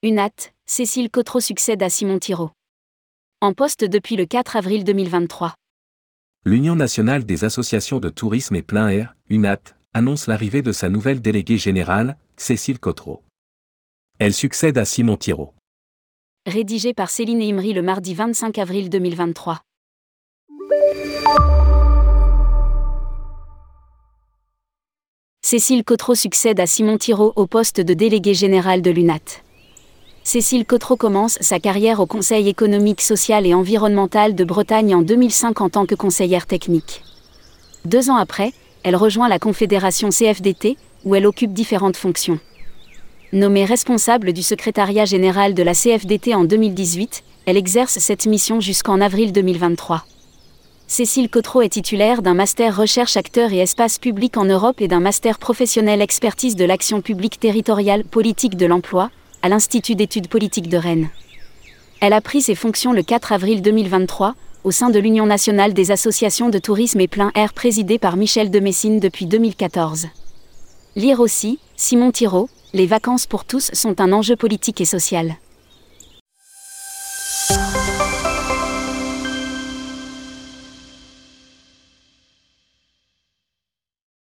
UNAT, Cécile Cotreau succède à Simon Thiraud. En poste depuis le 4 avril 2023. L'Union nationale des associations de tourisme et plein air, UNAT, annonce l'arrivée de sa nouvelle déléguée générale, Cécile Cotreau. Elle succède à Simon Thiraud. Rédigé par Céline Imri le mardi 25 avril 2023. Cécile Cotreau succède à Simon Thiraud au poste de déléguée générale de l'UNAT. Cécile Cotreau commence sa carrière au Conseil économique, social et environnemental de Bretagne en 2005 en tant que conseillère technique. 2 ans après, elle rejoint la Confédération CFDT, où elle occupe différentes fonctions. Nommée responsable du secrétariat général de la CFDT en 2018, elle exerce cette mission jusqu'en avril 2023. Cécile Cotreau est titulaire d'un master recherche acteurs et espaces publics en Europe et d'un master professionnel expertise de l'action publique territoriale politique de l'emploi, à l'Institut d'études politiques de Rennes. Elle a pris ses fonctions le 4 avril 2023, au sein de l'Union nationale des associations de tourisme et plein air présidée par Michel de Messine depuis 2014. Lire aussi, Simon Thiraud, les vacances pour tous sont un enjeu politique et social.